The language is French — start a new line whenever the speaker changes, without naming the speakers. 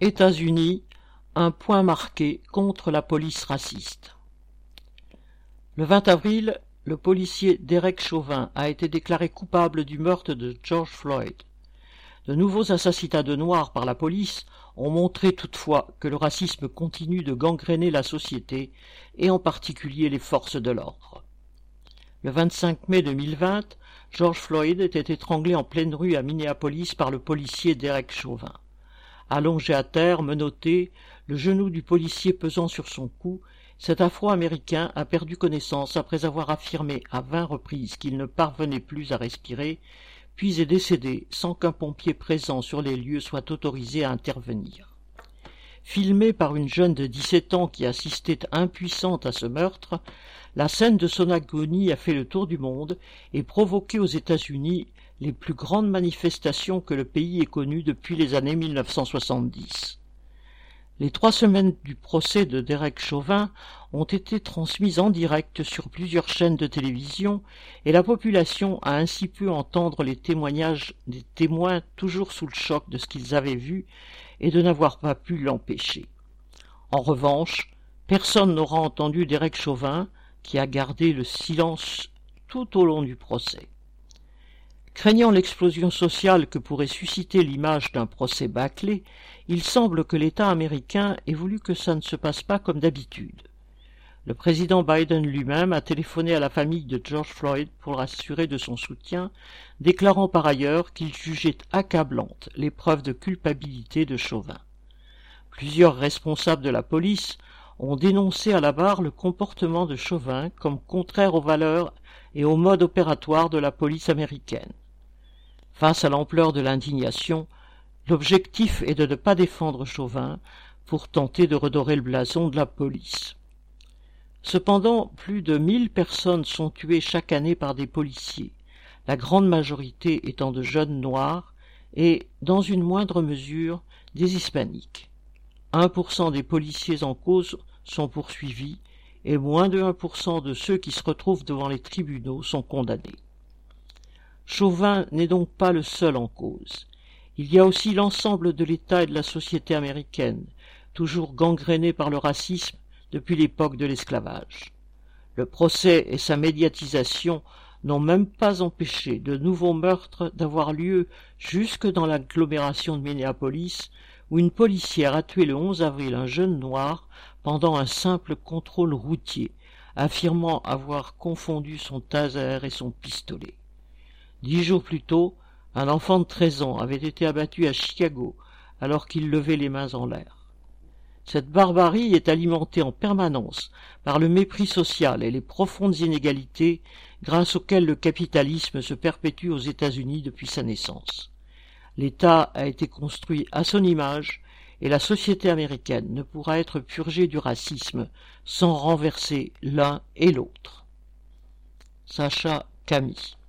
États-Unis, un point marqué contre la police raciste. Le 20 avril, le policier Derek Chauvin a été déclaré coupable du meurtre de George Floyd. De nouveaux assassinats de Noirs par la police ont montré toutefois que le racisme continue de gangréner la société et en particulier les forces de l'ordre. Le 25 mai 2020, George Floyd était étranglé en pleine rue à Minneapolis par le policier Derek Chauvin. Allongé à terre, menotté, le genou du policier pesant sur son cou, cet Afro-Américain a perdu connaissance après avoir affirmé à 20 reprises qu'il ne parvenait plus à respirer, puis est décédé sans qu'un pompier présent sur les lieux soit autorisé à intervenir. Filmée par une jeune de 17 ans qui assistait impuissante à ce meurtre, la scène de son agonie a fait le tour du monde et provoqué aux États-Unis les plus grandes manifestations que le pays ait connues depuis les années 1970. Les 3 semaines du procès de Derek Chauvin ont été transmises en direct sur plusieurs chaînes de télévision et la population a ainsi pu entendre les témoignages des témoins toujours sous le choc de ce qu'ils avaient vu et de n'avoir pas pu l'empêcher. En revanche, personne n'aura entendu Derek Chauvin, qui a gardé le silence tout au long du procès. Craignant l'explosion sociale que pourrait susciter l'image d'un procès bâclé, il semble que l'État américain ait voulu que ça ne se passe pas comme d'habitude. Le président Biden lui-même a téléphoné à la famille de George Floyd pour l'assurer de son soutien, déclarant par ailleurs qu'il jugeait accablante les preuves de culpabilité de Chauvin. Plusieurs responsables de la police ont dénoncé à la barre le comportement de Chauvin comme contraire aux valeurs et au mode opératoire de la police américaine. Face à l'ampleur de l'indignation, l'objectif est de ne pas défendre Chauvin pour tenter de redorer le blason de la police. Cependant, plus de 1000 personnes sont tuées chaque année par des policiers, la grande majorité étant de jeunes noirs et, dans une moindre mesure, des hispaniques. 1% des policiers en cause sont poursuivis et moins de 1% de ceux qui se retrouvent devant les tribunaux sont condamnés. Chauvin n'est donc pas le seul en cause. Il y a aussi l'ensemble de l'État et de la société américaine, toujours gangrénés par le racisme depuis l'époque de l'esclavage. Le procès et sa médiatisation n'ont même pas empêché de nouveaux meurtres d'avoir lieu jusque dans l'agglomération de Minneapolis, où une policière a tué le 11 avril un jeune noir pendant un simple contrôle routier, affirmant avoir confondu son taser et son pistolet. 10 jours plus tôt, un enfant de 13 ans avait été abattu à Chicago alors qu'il levait les mains en l'air. Cette barbarie est alimentée en permanence par le mépris social et les profondes inégalités grâce auxquelles le capitalisme se perpétue aux États-Unis depuis sa naissance. L'État a été construit à son image et la société américaine ne pourra être purgée du racisme sans renverser l'un et l'autre. Sacha Camille.